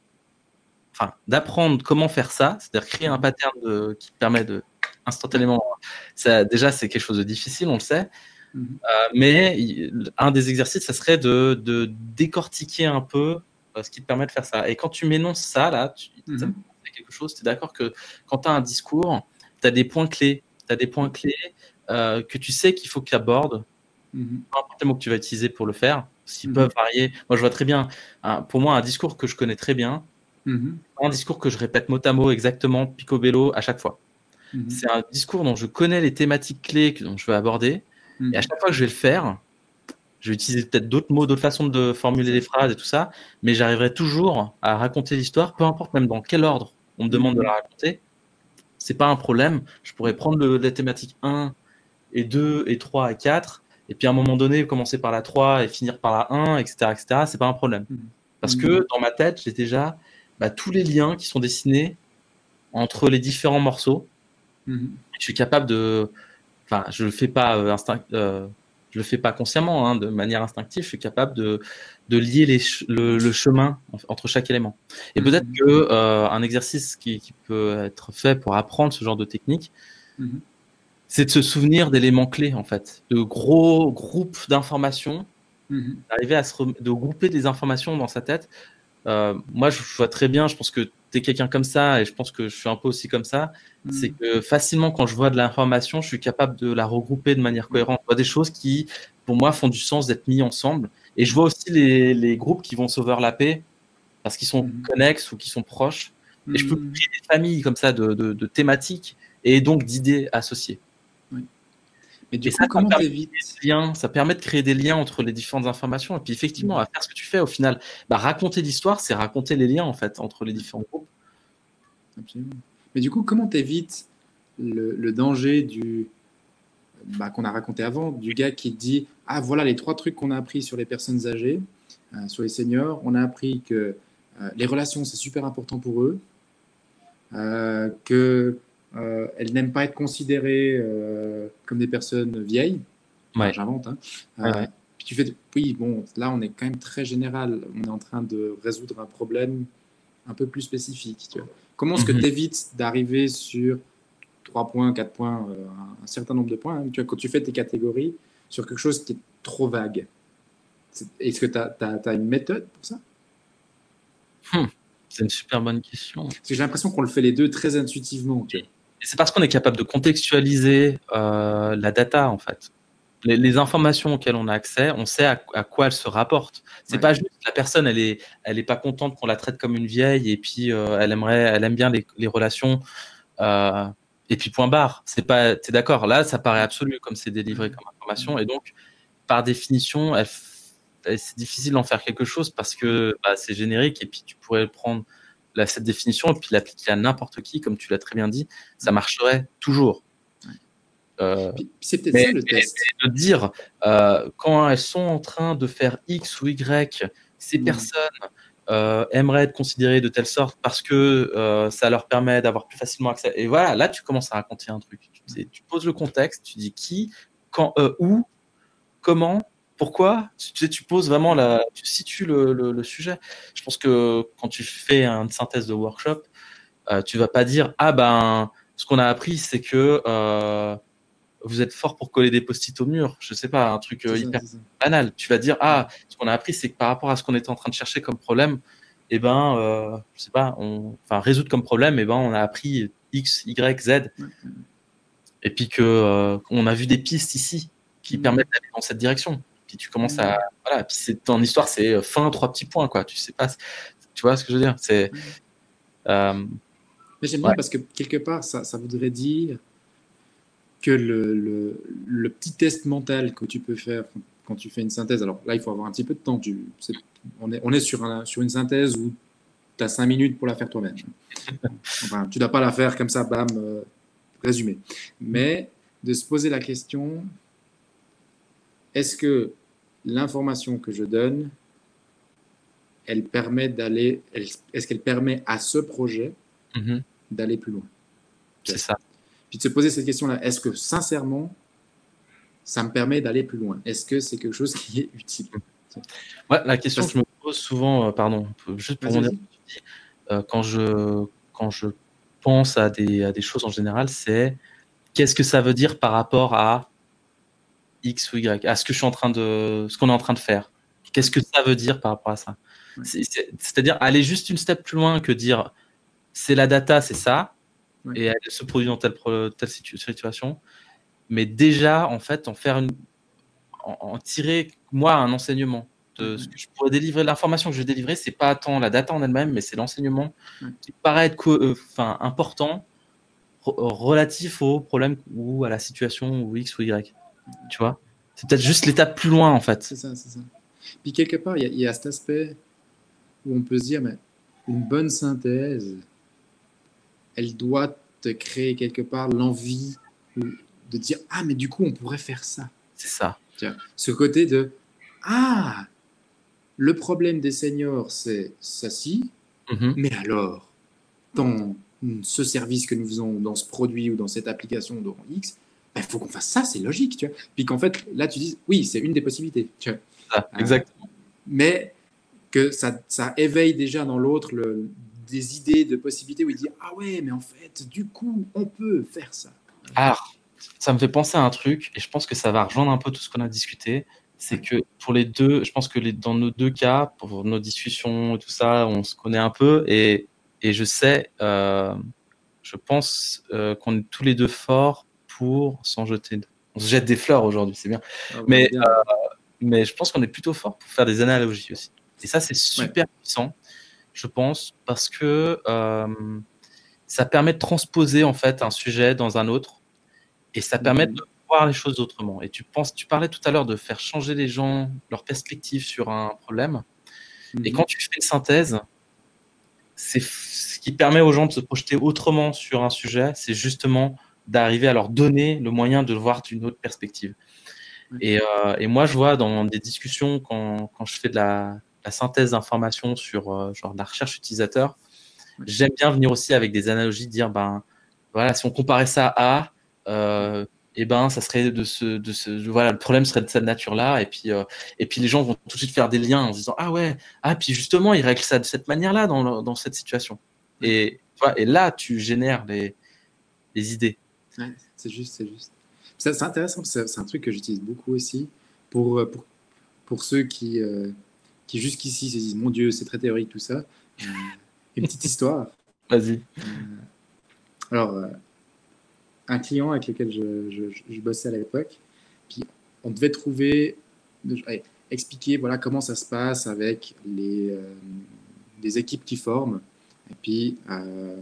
enfin, d'apprendre comment faire ça, c'est-à-dire créer un pattern de, qui permet de instantanément, ça, déjà c'est quelque chose de difficile, on le sait, Mhm. euh, mais il, un des exercices, ça serait de, de décortiquer un peu euh, ce qui te permet de faire ça. Et quand tu m'énonces ça, là, tu, Mhm. ça me fait quelque chose, tu es d'accord que quand tu as un discours, tu as des points clés, tu as des points clés euh, que tu sais qu'il faut que tu abordes, Mhm. peu importe les mots que tu vas utiliser pour le faire, s'ils Mhm. peuvent varier. Moi, je vois très bien, hein, pour moi, un discours que je connais très bien, Mhm. un discours que je répète mot à mot exactement, picobello, à chaque fois. Mhm. C'est un discours dont je connais les thématiques clés que, dont je veux aborder. Mhm. Et à chaque fois que je vais le faire, je vais utiliser peut-être d'autres mots, d'autres façons de formuler les phrases et tout ça, mais j'arriverai toujours à raconter l'histoire, peu importe même dans quel ordre on me demande de la raconter. C'est pas un problème. Je pourrais prendre le, les thématiques un et deux et trois et quatre, et puis à un moment donné, commencer par la trois et finir par la un, et cetera, et cetera. C'est pas un problème. Parce que dans ma tête, j'ai déjà bah, tous les liens qui sont dessinés entre les différents morceaux. Mhm. Je suis capable de, enfin, je le fais pas euh, instinct, euh, je le fais pas consciemment, hein, de manière instinctive. Je suis capable de, de lier les ch- le, le chemin en- entre chaque élément. Et Mhm. peut-être que euh, un exercice qui, qui peut être fait pour apprendre ce genre de technique, Mhm. c'est de se souvenir d'éléments clés en fait, de gros groupes d'informations, Mhm. d'arriver à se rem- de grouper des informations dans sa tête. Euh, moi, je vois très bien, je pense que tu es quelqu'un comme ça, et je pense que je suis un peu aussi comme ça, c'est que facilement, quand je vois de l'information, je suis capable de la regrouper de manière cohérente. Je vois des choses qui, pour moi, font du sens d'être mis ensemble. Et je vois aussi les, les groupes qui vont s'overlapper parce qu'ils sont Mhm. connexes ou qui sont proches. Et je peux Mhm. créer des familles comme ça de, de, de thématiques et donc d'idées associées. Mais du Et ça, coup, ça me comment permet de créer t'évites des liens, ça permet de créer des liens entre les différentes informations. Et puis effectivement, à faire ce que tu fais au final, bah, raconter l'histoire, c'est raconter les liens en fait entre les différents groupes. Absolument. Mais du coup, comment t'évites le, le danger du bah, qu'on a raconté avant, du gars qui te dit ah voilà les trois trucs qu'on a appris sur les personnes âgées, euh, sur les seniors. On a appris que euh, les relations c'est super important pour eux, euh, que euh, elles n'aiment pas être considérées euh, comme des personnes vieilles. Enfin, Ouais. j'invente. Hein. Ouais, Euh, ouais. puis tu fais, oui, bon, là, on est quand même très général. On est en train de résoudre un problème un peu plus spécifique. Tu vois. Comment est-ce que Mhm. tu évites d'arriver sur trois points, quatre points, euh, un, un certain nombre de points, hein, tu vois, quand tu fais tes catégories sur quelque chose qui est trop vague? C'est- Est-ce que tu as une méthode pour ça? Hmm. C'est une super bonne question. Parce que j'ai l'impression qu'on le fait les deux très intuitivement. Tu vois. Et c'est parce qu'on est capable de contextualiser euh, la data, en fait. Les, les informations auxquelles on a accès, on sait à, à quoi elles se rapportent. C'est Ouais. pas juste la personne, elle est, elle est pas contente qu'on la traite comme une vieille et puis euh, elle aimerait, elle aime bien les, les relations euh, et puis point barre. C'est pas, t'es d'accord? Là, ça paraît absolu comme c'est délivré comme information et donc par définition, elle, elle, c'est difficile d'en faire quelque chose parce que bah, c'est générique et puis tu pourrais prendre la, cette définition et puis l'appliquer à n'importe qui, comme tu l'as très bien dit, ça marcherait toujours. Euh, Puis, puis c'est peut-être mais, ça le mais, test. mais de dire euh, quand elles sont en train de faire X ou Y, ces Mm. personnes euh, aimeraient être considérées de telle sorte parce que euh, ça leur permet d'avoir plus facilement accès. Et voilà, là tu commences à raconter un truc. Tu, sais, tu poses le contexte, tu dis qui, quand, euh, où, comment, pourquoi. Tu, tu, sais, tu poses vraiment la, tu situes le, le, le sujet. Je pense que quand tu fais une synthèse de workshop, euh, tu vas pas dire ah ben ce qu'on a appris c'est que euh, vous êtes fort pour coller des post-it au mur, je sais pas, un truc euh, C'est ça, hyper c'est ça. banal. Tu vas dire ah ce qu'on a appris c'est que par rapport à ce qu'on était en train de chercher comme problème, eh ben euh, je sais pas, on, enfin résoudre comme problème, eh ben on a appris X, Y, Z, Ouais, ouais. et puis que euh, on a vu des pistes ici qui Mm. permettent d'aller dans cette direction. Puis tu commences Mm. à voilà, puis c'est ton histoire, c'est fin trois petits points quoi. Tu sais pas, tu vois ce que je veux dire? C'est Ouais. euh, Mais j'aime ouais. bien parce que quelque part, ça, ça voudrait dire que le, le, le petit test mental que tu peux faire quand tu fais une synthèse, alors là, il faut avoir un petit peu de temps. Tu, c'est, on, est, on est sur, un, sur une synthèse où tu as cinq minutes pour la faire toi-même. Enfin, tu ne dois pas la faire comme ça, bam, euh, résumé. Mais de se poser la question, est-ce que l'information que je donne, elle permet d'aller, elle, est-ce qu'elle permet à ce projet Mm-hmm. d'aller plus loin? C'est ça. Puis de se poser cette question-là, est-ce que sincèrement, ça me permet d'aller plus loin? Est-ce que c'est quelque chose qui est utile? Ouais, la question Parce... que je me pose souvent, euh, pardon, juste pour Vas-y, rebondir, vas-y. euh, quand je quand je pense à des à des choses en général, c'est qu'est-ce que ça veut dire par rapport à X ou Y, à ce que je suis en train de, ce qu'on est en train de faire. Qu'est-ce que ça veut dire par rapport à ça? Ouais. C'est, c'est, c'est-à-dire aller juste une step plus loin que dire c'est la data, c'est ça, Ouais. et elle se produit dans telle, telle situation. Mais déjà, en fait, en faire une, en, en tirer, moi, un enseignement de Ouais, ce ouais. que je pourrais délivrer, l'information que je vais délivrer, c'est pas tant la data en elle-même, mais c'est l'enseignement Ouais. qui paraît être co- euh, enfin, important re- relatif au problème ou à la situation ou X ou Y. Tu vois? C'est peut-être juste l'étape plus loin, en fait. C'est ça, c'est ça. Puis quelque part, il y, y a cet aspect où on peut se dire, mais une bonne synthèse, elle doit te créer quelque part l'envie de dire, ah, mais du coup, on pourrait faire ça. C'est ça. Tiens, ce côté de, ah, le problème des seniors, c'est ceci, Mm-hmm. mais alors, dans ce service que nous faisons, dans ce produit ou dans cette application dans X, il ben, faut qu'on fasse ça, c'est logique, tu vois. Puis qu'en fait, là, tu dis, oui, c'est une des possibilités, tu vois. Ça, exactement. Euh, mais que ça, ça éveille déjà dans l'autre le, des idées de possibilités où il dit, ah ouais, mais en fait, du coup, on peut faire ça. Alors, ça me fait penser à un truc, et je pense que ça va rejoindre un peu tout ce qu'on a discuté. C'est que pour les deux, je pense que les, dans nos deux cas, pour nos discussions et tout ça, on se connaît un peu, et, et je sais, euh, je pense euh, qu'on est tous les deux forts pour s'en jeter. On se jette des fleurs aujourd'hui, c'est bien. Ah, mais, bien. Euh, mais je pense qu'on est plutôt fort pour faire des analogies aussi. Et ça, c'est super ouais. puissant, je pense, parce que euh, ça permet de transposer en fait un sujet dans un autre, et ça permet mmh. de voir les choses autrement. Et tu penses, tu parlais tout à l'heure de faire changer les gens, leur perspective sur un problème. Mmh. Et quand tu fais une synthèse, c'est ce qui permet aux gens de se projeter autrement sur un sujet, c'est justement d'arriver à leur donner le moyen de le voir d'une autre perspective. Mmh. Et, euh, et moi, je vois dans des discussions, quand, quand je fais de la, la synthèse d'informations sur euh, genre de la recherche utilisateur, mmh. j'aime bien venir aussi avec des analogies, dire, ben, voilà, si on comparait ça à, euh, et ben ça serait de ce, de ce, de- voilà, le problème serait de cette nature-là, et puis, euh, et puis les gens vont tout de suite faire des liens en se disant ah ouais, ah puis justement ils règlent ça de cette manière-là dans, le- dans cette situation. Et, tu vois, et là tu génères les, les idées. Ouais, c'est juste, c'est juste. Ça, c'est intéressant, c'est c'est un truc que j'utilise beaucoup aussi pour, euh, pour, pour ceux qui, euh, qui jusqu'ici se disent mon Dieu, c'est très théorique tout ça. Euh, une petite histoire. Vas-y. Euh, alors, euh, un client avec lequel je, je, je bossais à l'époque, puis on devait trouver, allez, expliquer voilà comment ça se passe avec les, euh, les équipes qui forment, et puis euh, euh,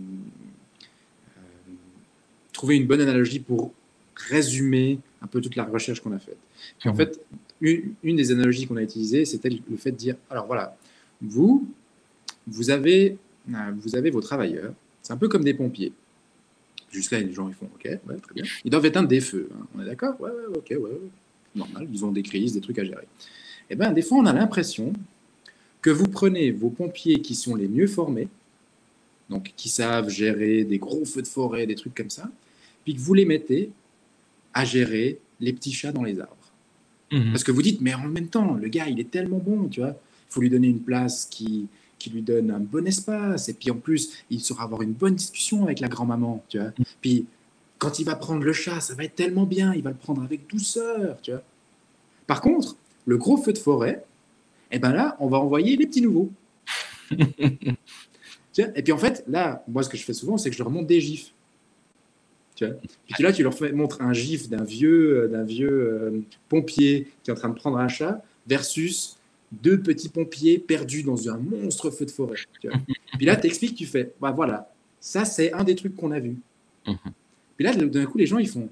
trouver une bonne analogie pour résumer un peu toute la recherche qu'on a faite. Puis en Mhm. fait, une, une des analogies qu'on a utilisées, c'était le fait de dire, alors voilà, vous, vous avez, euh, vous avez vos travailleurs, c'est un peu comme des pompiers. Jusque-là, les gens, ils font, ok, ouais, très bien. Ils doivent éteindre des feux, hein. On est d'accord? Ouais, ouais, ok, ouais, ouais. Normal, ils ont des crises, des trucs à gérer. Eh bien, des fois, on a l'impression que vous prenez vos pompiers qui sont les mieux formés, donc qui savent gérer des gros feux de forêt, des trucs comme ça, puis que vous les mettez à gérer les petits chats dans les arbres. Mhm. Parce que vous dites, mais en même temps, le gars, il est tellement bon, tu vois. Il faut lui donner une place qui, qui lui donne un bon espace. Et puis en plus, il saura avoir une bonne discussion avec la grand-maman, tu vois. Puis quand il va prendre le chat, ça va être tellement bien, il va le prendre avec douceur, tu vois. Par contre, le gros feu de forêt, eh ben là, on va envoyer les petits nouveaux. Tu vois. Et puis en fait, là, moi, ce que je fais souvent, c'est que je leur montre des gifs. Tu vois. Puis là, tu leur fais, montres un gif d'un vieux, d'un vieux euh, pompier qui est en train de prendre un chat versus deux petits pompiers perdus dans un monstre feu de forêt. Tu vois. Puis là, tu expliques, tu fais, bah voilà, ça c'est un des trucs qu'on a vu. Mhm. Puis là, d'un coup, les gens ils font,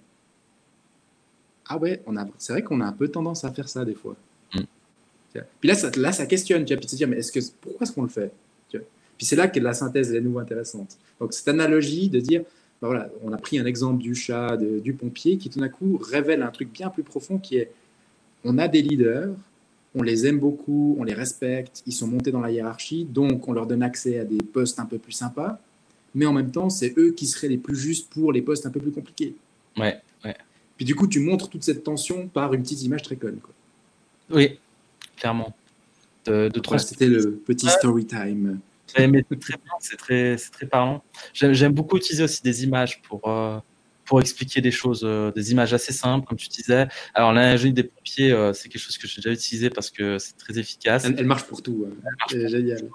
ah ouais, on a, c'est vrai qu'on a un peu tendance à faire ça des fois. Mhm. Tu vois. Puis là, ça, là, ça questionne, tu vois, puis te dire, mais est-ce que, pourquoi est-ce qu'on le fait? Tu vois. Puis c'est là que la synthèse est à nouveau intéressante. Donc cette analogie de dire, ben voilà, on a pris un exemple du chat, de, du pompier, qui tout d'un coup révèle un truc bien plus profond qui est, on a des leaders, on les aime beaucoup, on les respecte, ils sont montés dans la hiérarchie, donc on leur donne accès à des postes un peu plus sympas, mais en même temps, c'est eux qui seraient les plus justes pour les postes un peu plus compliqués. Ouais, ouais. Puis du coup, tu montres toute cette tension par une petite image très conne, quoi. Oui, clairement. De, de Voilà, c'était le petit story time. Ouais, mais c'est très bien, c'est très, c'est très parlant. J'aime, j'aime beaucoup utiliser aussi des images pour, euh, pour expliquer des choses, euh, des images assez simples, comme tu disais. Alors, l'analogie des pompiers, euh, c'est quelque chose que j'ai déjà utilisé parce que c'est très efficace. Elle, elle marche pour tout. Hein. C'est génial.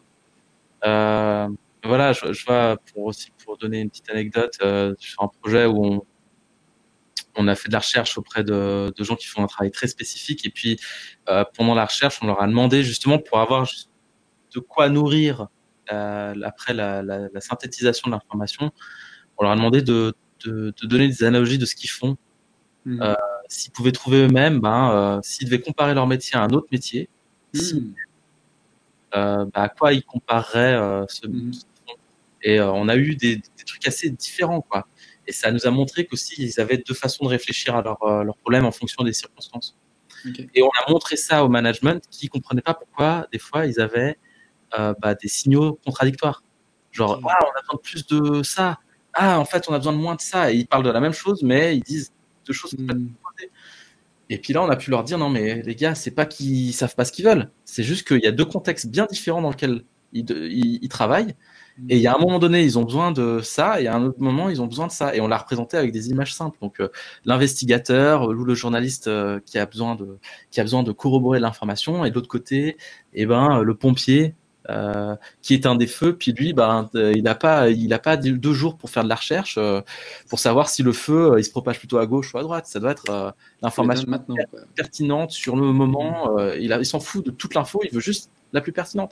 Euh, voilà, je, je vois, pour aussi pour donner une petite anecdote, euh, sur un projet où on, on a fait de la recherche auprès de, de gens qui font un travail très spécifique. Et puis, euh, pendant la recherche, on leur a demandé justement pour avoir juste de quoi nourrir euh, après la, la, la synthétisation de l'information, on leur a demandé de, de, de donner des analogies de ce qu'ils font. Mmh. Euh, s'ils pouvaient trouver eux-mêmes, ben, euh, s'ils devaient comparer leur métier à un autre métier, Mmh. si, euh, bah, à quoi ils compareraient euh, ce, Mmh. ce qu'ils font. Et euh, on a eu des, des trucs assez différents, quoi. Et ça nous a montré qu'aussi, ils avaient deux façons de réfléchir à leurs leur problèmes en fonction des circonstances. Okay. Et on a montré ça au management qui ne comprenait pas pourquoi, des fois, ils avaient euh, bah, des signaux contradictoires. Genre, Okay. ah, on a besoin de plus de ça. Ah, en fait, on a besoin de moins de ça. Et ils parlent de la même chose, mais ils disent deux choses complètement opposées. Et puis là, on a pu leur dire, non, mais les gars, c'est pas qu'ils savent pas ce qu'ils veulent. C'est juste qu'il y a deux contextes bien différents dans lesquels ils, ils, ils travaillent. Et il y a un moment donné, ils ont besoin de ça, et à un autre moment, ils ont besoin de ça. Et on l'a représenté avec des images simples. Donc, euh, l'investigateur ou le journaliste euh, qui a besoin de qui a besoin de corroborer l'information, et de l'autre côté, eh ben, le pompier euh, qui éteint des feux. Puis lui, ben, euh, il n'a pas il a pas deux jours pour faire de la recherche euh, pour savoir si le feu euh, il se propage plutôt à gauche ou à droite. Ça doit être euh, l'information maintenant, quoi. pertinente sur le moment. Euh, il, a, il s'en fout de toute l'info. Il veut juste la plus pertinente.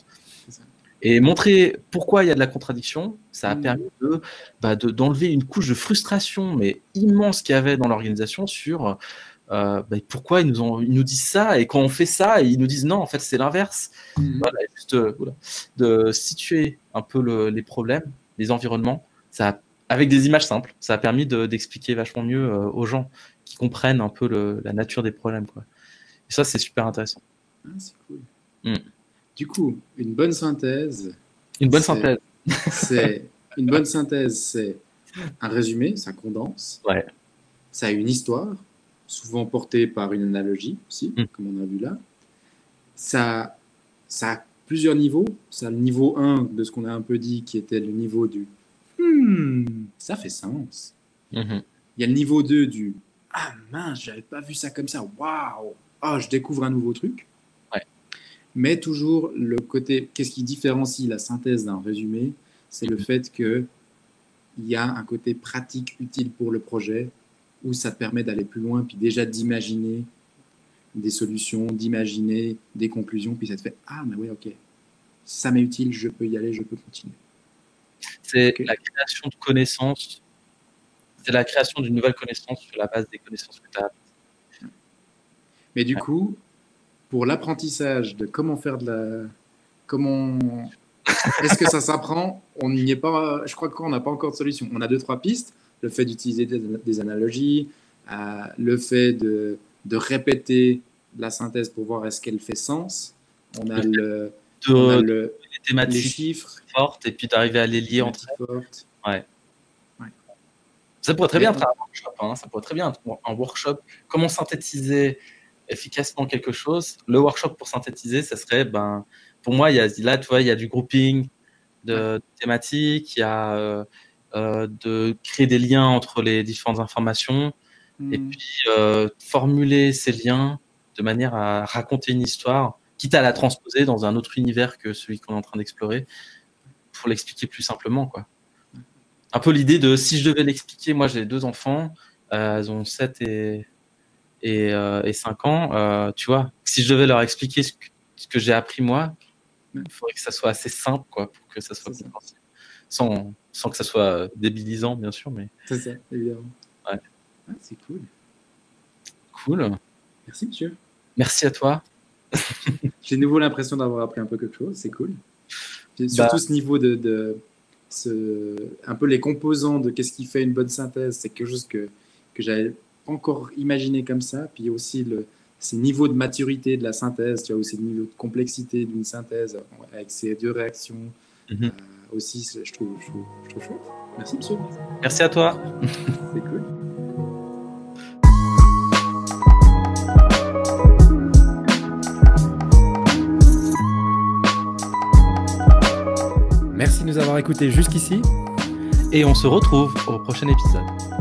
Et montrer pourquoi il y a de la contradiction, ça a mmh. permis de, bah de, d'enlever une couche de frustration, mais immense qu'il y avait dans l'organisation sur euh, bah pourquoi ils nous, ont, ils nous disent ça, et quand on fait ça, ils nous disent non, en fait c'est l'inverse. Mmh. Voilà, juste euh, voilà, de situer un peu le, les problèmes, les environnements, ça a, avec des images simples, ça a permis de, d'expliquer vachement mieux euh, aux gens qui comprennent un peu le, la nature des problèmes, quoi. Et ça, c'est super intéressant. Ah, c'est cool. Mmh. Du coup, une bonne synthèse. Une bonne c'est, synthèse. c'est une bonne synthèse, c'est un résumé, ça condense. Ouais. ça a une histoire, souvent portée par une analogie aussi, Mm. comme on a vu là. Ça, ça a plusieurs niveaux. Ça a le niveau un de ce qu'on a un peu dit, qui était le niveau du hmm, ça fait sens. Mhm. Il y a le niveau deux du ah mince, j'avais pas vu ça comme ça. Waouh, ah, je découvre un nouveau truc. Ouais. Mais toujours le côté, qu'est-ce qui différencie la synthèse d'un résumé, c'est le fait que il y a un côté pratique utile pour le projet où ça te permet d'aller plus loin, puis déjà d'imaginer des solutions, d'imaginer des conclusions, puis ça te fait ah mais oui ok, ça m'est utile, je peux y aller, je peux continuer. C'est Ok. la création de connaissances. C'est la création d'une nouvelle connaissance sur la base des connaissances que tu as. Mais du Ouais. coup, pour l'apprentissage de comment faire de la, comment, est-ce que ça s'apprend? On n'y est pas. Je crois qu'on n'a pas encore de solution. On a deux trois pistes. Le fait d'utiliser des, des analogies, euh, le fait de, de répéter la synthèse pour voir est-ce qu'elle fait sens. On a Le fait le, on a De, le, les les thématiques chiffres, fortes et puis d'arriver à les lier entre elles. fortes. Ça pourrait très Mais bien on- être un workshop. Hein. Ça pourrait très bien être un workshop. Comment synthétiser efficacement quelque chose? Le workshop pour synthétiser, ça serait, ben, pour moi, il y a, là, tu vois, il y a du grouping de, de thématiques, il y a euh, euh, de créer des liens entre les différentes informations et Hmm. puis euh, formuler ces liens de manière à raconter une histoire, quitte à la transposer dans un autre univers que celui qu'on est en train d'explorer, pour l'expliquer plus simplement, quoi. Un peu l'idée de si je devais l'expliquer, moi j'ai deux enfants, euh, elles ont sept et, et, euh, et cinq ans, euh, tu vois, si je devais leur expliquer ce que, ce que j'ai appris moi, il faudrait que ça soit assez simple, quoi, pour que ça soit C'est ça. compréhensible. Sans, sans que ça soit débilisant, bien sûr, mais C'est ça, évidemment. Ouais. Ah, c'est cool. cool. Merci, monsieur. Merci à toi. J'ai de nouveau l'impression d'avoir appris un peu quelque chose. C'est cool. Puis Bah. surtout ce niveau de, de ce, un peu les composants de qu'est-ce qui fait une bonne synthèse, c'est quelque chose que que j'avais pas encore imaginé comme ça. Puis il y a aussi le, ces niveaux de maturité de la synthèse, tu vois, aussi le niveau de complexité d'une synthèse avec ces deux réactions. Mhm. Euh, aussi, c'est- je trouve, je trouve, je trouve chouette. Merci, monsieur. Merci à toi. C'est cool. Merci de nous avoir écoutés jusqu'ici. Et on se retrouve au prochain épisode.